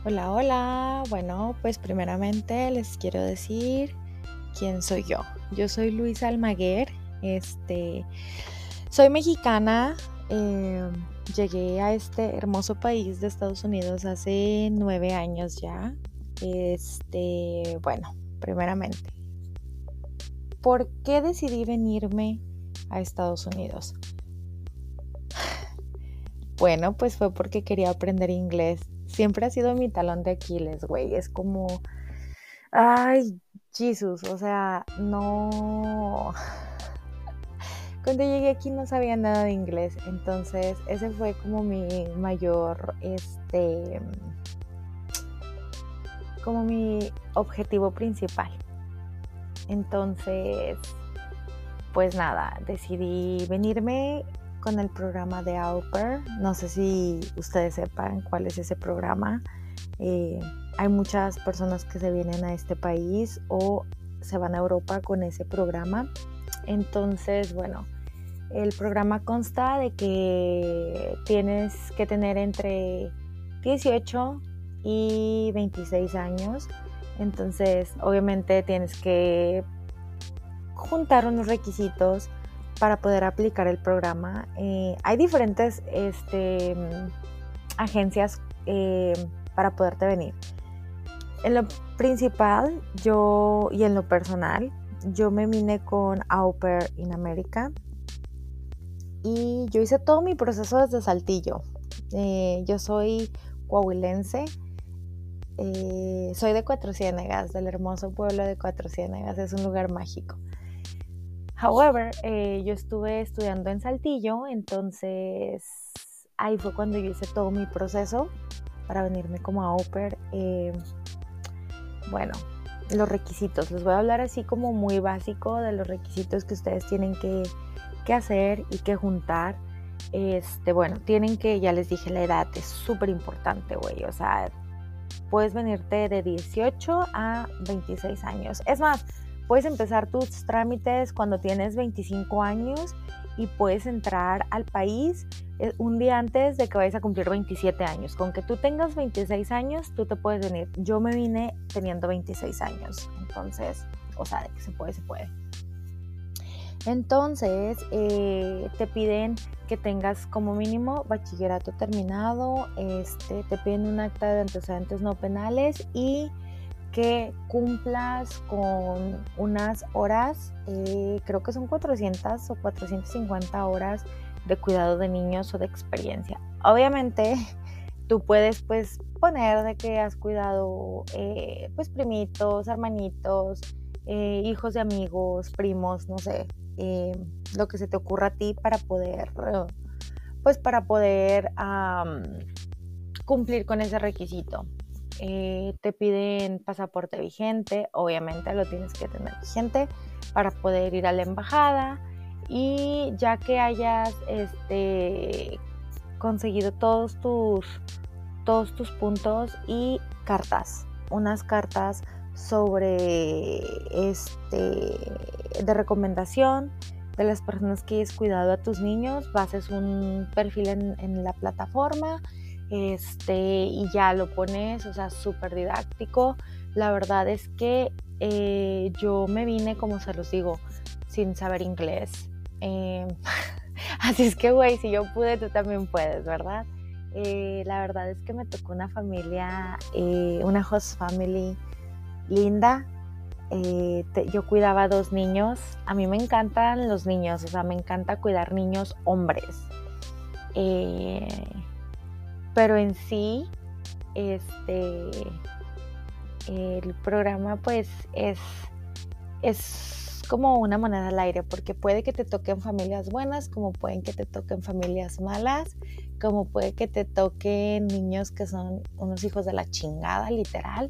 Hola, hola. Bueno, pues primeramente les quiero decir quién soy yo. Yo soy Luisa Almaguer. Soy mexicana. eh, Llegué a este hermoso país de Estados Unidos hace 9 años ya. Bueno, primeramente, ¿por qué decidí venirme a Estados Unidos? Bueno, pues fue porque quería aprender inglés. Siempre ha sido mi talón de Aquiles, güey. Es como, ay, Jesús, o sea, no. Cuando llegué aquí no sabía nada de inglés, entonces ese fue como mi mayor, como mi objetivo principal. Entonces, pues nada, decidí venirme con el programa de Au Pair. No sé si ustedes sepan cuál es ese programa. Eh, Hay muchas personas que se vienen a este país o se van a Europa con ese programa. Entonces, bueno, el programa consta de que tienes que tener entre 18 y 26 años. Entonces, obviamente tienes que juntar unos requisitos para poder aplicar el programa. Hay diferentes agencias para poderte venir. En lo principal, y en lo personal, yo me vine con Au Pair in America y yo hice todo mi proceso desde Saltillo. Yo soy coahuilense, soy de Cuatro Ciénegas, del hermoso pueblo de Cuatro Ciénegas, es un lugar mágico. However, yo estuve estudiando en Saltillo, entonces ahí fue cuando yo hice todo mi proceso para venirme como au pair. Bueno, los requisitos, les voy a hablar así como muy básico de los requisitos que ustedes tienen que hacer y que juntar. Bueno, tienen que, ya les dije, la edad es súper importante, güey, o sea, puedes venirte de 18 a 26 años. Es más, puedes empezar tus trámites cuando tienes 25 años y puedes entrar al país un día antes de que vayas a cumplir 27 años. Con que tú tengas 26 años, tú te puedes venir. Yo me vine teniendo 26 años. Entonces, o sea, de que se puede, se puede. Entonces, te piden que tengas como mínimo bachillerato terminado, te piden un acta de antecedentes no penales y que cumplas con unas horas, creo que son 400 o 450 horas de cuidado de niños o de experiencia. Obviamente, tú puedes pues poner de que has cuidado pues primitos, hermanitos, hijos de amigos, primos, no sé, lo que se te ocurra a ti para poder cumplir con ese requisito. Te piden pasaporte vigente, obviamente lo tienes que tener vigente para poder ir a la embajada, y ya que hayas conseguido todos tus puntos y cartas, unas cartas sobre de recomendación de las personas que hayas cuidado a tus niños, haces un perfil en la plataforma, y ya lo pones, o sea, súper didáctico. La verdad es que yo me vine, como se los digo, sin saber inglés. Así es que, güey, si yo pude, tú también puedes, ¿verdad? La verdad es que me tocó una familia, una host family linda. Yo cuidaba a 2 niños. A mí me encantan los niños, o sea, me encanta cuidar niños hombres. Pero en sí, el programa pues es como una moneda al aire, porque puede que te toquen familias buenas, como pueden que te toquen familias malas, como puede que te toquen niños que son unos hijos de la chingada, literal,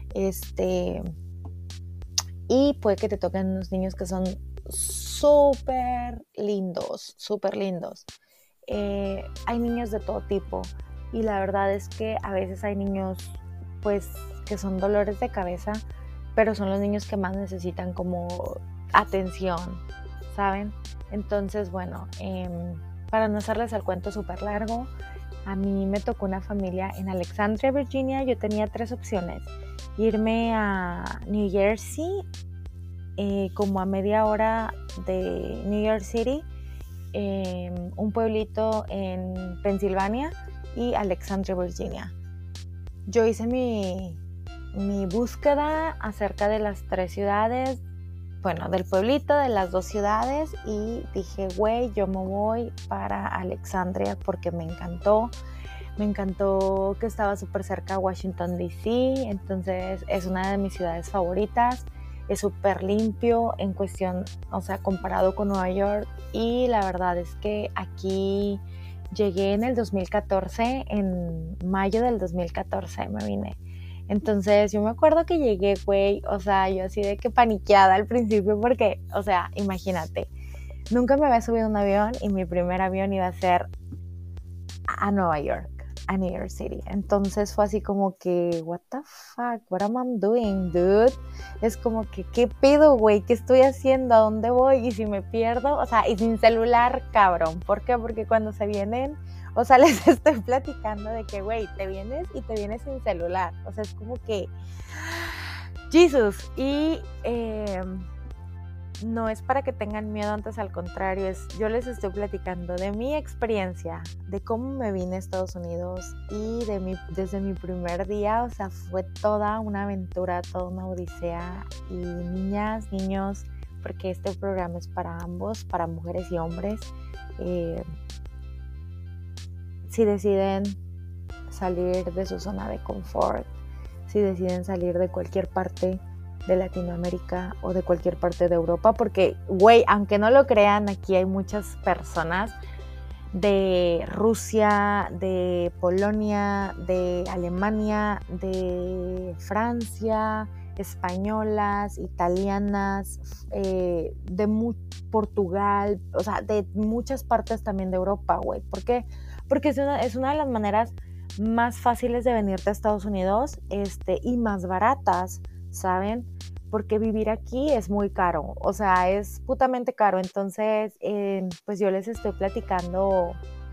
y puede que te toquen unos niños que son súper lindos, súper lindos. Hay niños de todo tipo, y la verdad es que a veces hay niños pues que son dolores de cabeza, pero son los niños que más necesitan como atención, ¿saben? Entonces, bueno, para no hacerles el cuento súper largo, A mí me tocó una familia en Alexandria, Virginia. Yo tenía 3 opciones. Irme a New Jersey, como a media hora de New York City, un pueblito en Pensilvania y Alexandria, Virginia. Yo hice mi búsqueda acerca de las 3 ciudades, bueno, del pueblito, de las 2 ciudades, y dije, güey, yo me voy para Alexandria porque me encantó que estaba súper cerca a Washington, D.C., entonces es una de mis ciudades favoritas, es súper limpio en cuestión, o sea, comparado con Nueva York, y la verdad es que aquí llegué en el 2014, en mayo del 2014 me vine. Entonces yo me acuerdo que llegué, güey, o sea, yo así de que paniqueada al principio porque, o sea, imagínate, nunca me había subido a un avión y mi primer avión iba a ser a Nueva York, a New York City. Entonces fue así como que, what the fuck, what am I doing, dude? Es como que, ¿qué pedo, güey? ¿Qué estoy haciendo? ¿A dónde voy? Y si me pierdo, o sea, y sin celular, cabrón. ¿Por qué? Porque cuando se vienen, o sea, les estoy platicando de que, güey, te vienes y te vienes sin celular. O sea, es como que, Jesus. Y no es para que tengan miedo, antes al contrario, yo les estoy platicando de mi experiencia, de cómo me vine a Estados Unidos y desde mi primer día, o sea, fue toda una aventura, toda una odisea. Y niñas, niños, porque este programa es para ambos, para mujeres y hombres, si deciden salir de su zona de confort, si deciden salir de cualquier parte de Latinoamérica o de cualquier parte de Europa, porque, güey, aunque no lo crean, aquí hay muchas personas de Rusia, de Polonia, de Alemania, de Francia, españolas, italianas, de Portugal, o sea, de muchas partes también de Europa, güey. ¿Por qué? Porque es una de las maneras más fáciles de venirte a Estados Unidos, y más baratas, ¿saben? Porque vivir aquí es muy caro, o sea, es putamente caro. Entonces, pues yo les estoy platicando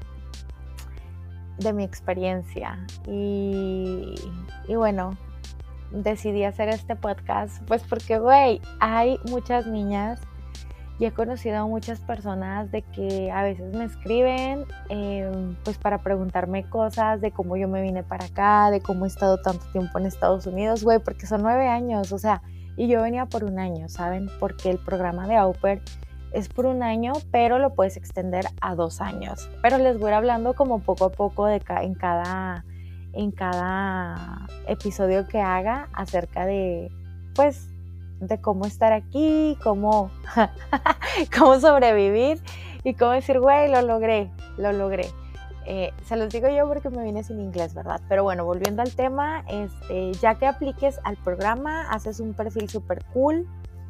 de mi experiencia y bueno, decidí hacer este podcast pues porque, güey, hay muchas niñas y he conocido a muchas personas de que a veces me escriben pues para preguntarme cosas de cómo yo me vine para acá, de cómo he estado tanto tiempo en Estados Unidos, güey, porque son 9 años, o sea, y yo venía por 1 año, ¿saben? Porque el programa de Au Pair es por 1 año, pero lo puedes extender a 2 años. Pero les voy a ir hablando como poco a poco en cada episodio que haga acerca de, pues, de cómo estar aquí, cómo sobrevivir y cómo decir, güey, lo logré. Se los digo yo porque me vine sin inglés, ¿verdad? Pero bueno, volviendo al tema, ya que apliques al programa, haces un perfil súper cool.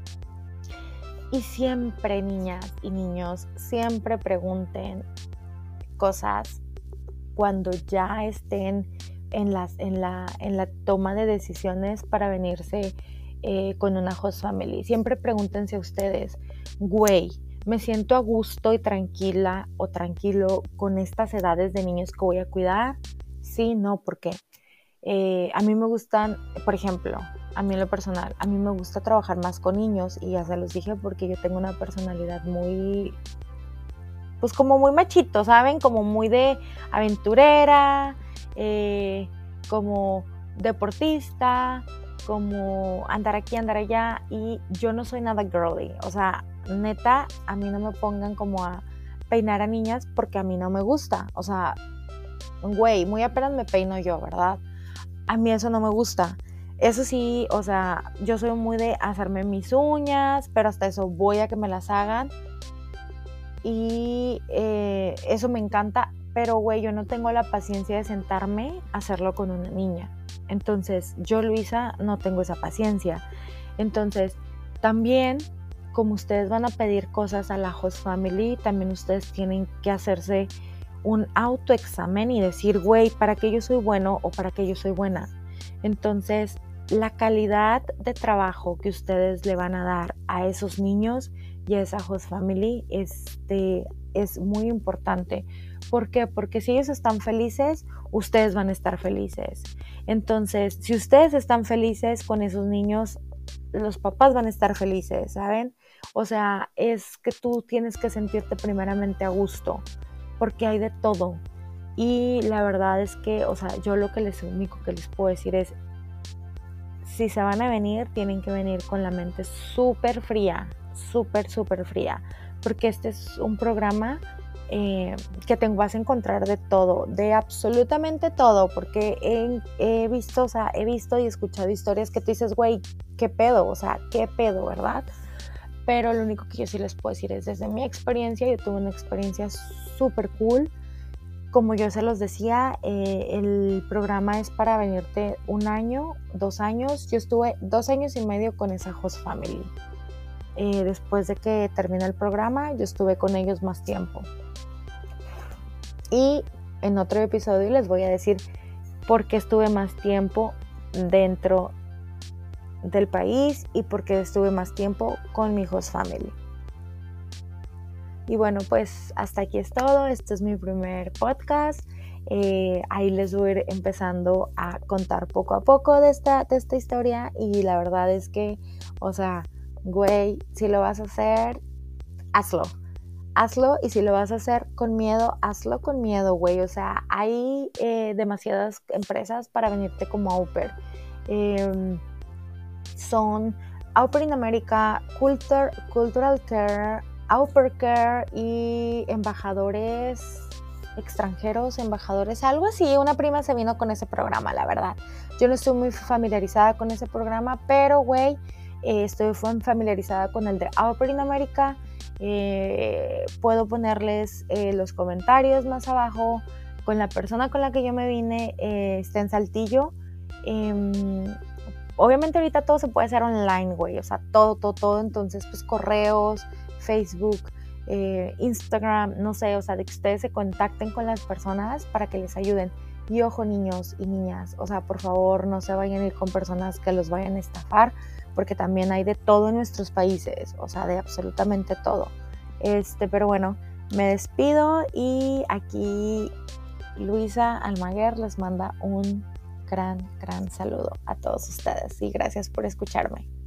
Y siempre, niñas y niños, siempre pregunten cosas cuando ya estén en la toma de decisiones para venirse con una host family. Siempre pregúntense a ustedes, güey, ¿me siento a gusto y tranquila o tranquilo con estas edades de niños que voy a cuidar? Sí, no, ¿por qué? A mí me gustan, por ejemplo, a mí en lo personal, a mí me gusta trabajar más con niños y ya se los dije porque yo tengo una personalidad muy, pues como muy machito, ¿saben? Como muy de aventurera, como deportista, como andar aquí, andar allá, y yo no soy nada girly, o sea, neta, a mí no me pongan como a peinar a niñas porque a mí no me gusta, o sea, güey, muy apenas me peino yo, ¿verdad? A mí eso no me gusta. Eso sí, o sea, yo soy muy de hacerme mis uñas, pero hasta eso voy a que me las hagan. Y eso me encanta, pero güey, yo no tengo la paciencia de sentarme a hacerlo con una niña. Entonces, yo, Luisa, no tengo esa paciencia. Entonces, también, como ustedes van a pedir cosas a la host family, también ustedes tienen que hacerse un autoexamen y decir, güey, ¿para qué yo soy bueno o para qué yo soy buena? Entonces, la calidad de trabajo que ustedes le van a dar a esos niños y a esa host family, es muy importante. ¿Por qué? Porque si ellos están felices, ustedes van a estar felices. Entonces, si ustedes están felices con esos niños, los papás van a estar felices, ¿saben? O sea, es que tú tienes que sentirte primeramente a gusto, porque hay de todo. Y la verdad es que, o sea, yo lo único que les puedo decir es, si se van a venir, tienen que venir con la mente súper fría, súper fría, porque este es un programa que te vas a encontrar de todo, de absolutamente todo, porque he visto y escuchado historias que tú dices, güey, qué pedo, o sea, qué pedo, ¿verdad? Pero lo único que yo sí les puedo decir es, desde mi experiencia, yo tuve una experiencia súper cool. Como yo se los decía, el programa es para venirte 1 año, 2 años. Yo estuve 2 años y medio con esa host family. Después de que terminé el programa, yo estuve con ellos más tiempo. Y en otro episodio les voy a decir por qué estuve más tiempo dentro del país y por qué estuve más tiempo con mi host family. Y bueno, pues hasta aquí es todo. Este es mi primer podcast. Ahí les voy a ir empezando a contar poco a poco de esta historia. Y la verdad es que, o sea, güey, si lo vas a hacer, hazlo. Hazlo, y si lo vas a hacer con miedo, hazlo con miedo, güey. O sea, hay demasiadas empresas para venirte como au pair. Son Au Pair in America, Cultural Care, Au Pair Care y embajadores extranjeros, algo así. Una prima se vino con ese programa, la verdad. Yo no estoy muy familiarizada con ese programa, pero güey, estoy familiarizada con el de Au Pair in America. Puedo ponerles los comentarios más abajo. Con la persona con la que yo me vine, está en Saltillo. Obviamente ahorita todo se puede hacer online, güey, o sea, todo, entonces pues correos, Facebook, Instagram, no sé, o sea, de que ustedes se contacten con las personas para que les ayuden. Y ojo, niños y niñas, o sea, por favor, no se vayan a ir con personas que los vayan a estafar, porque también hay de todo en nuestros países, o sea, de absolutamente todo. Pero bueno, me despido y aquí Luisa Almaguer les manda un gran saludo a todos ustedes y gracias por escucharme.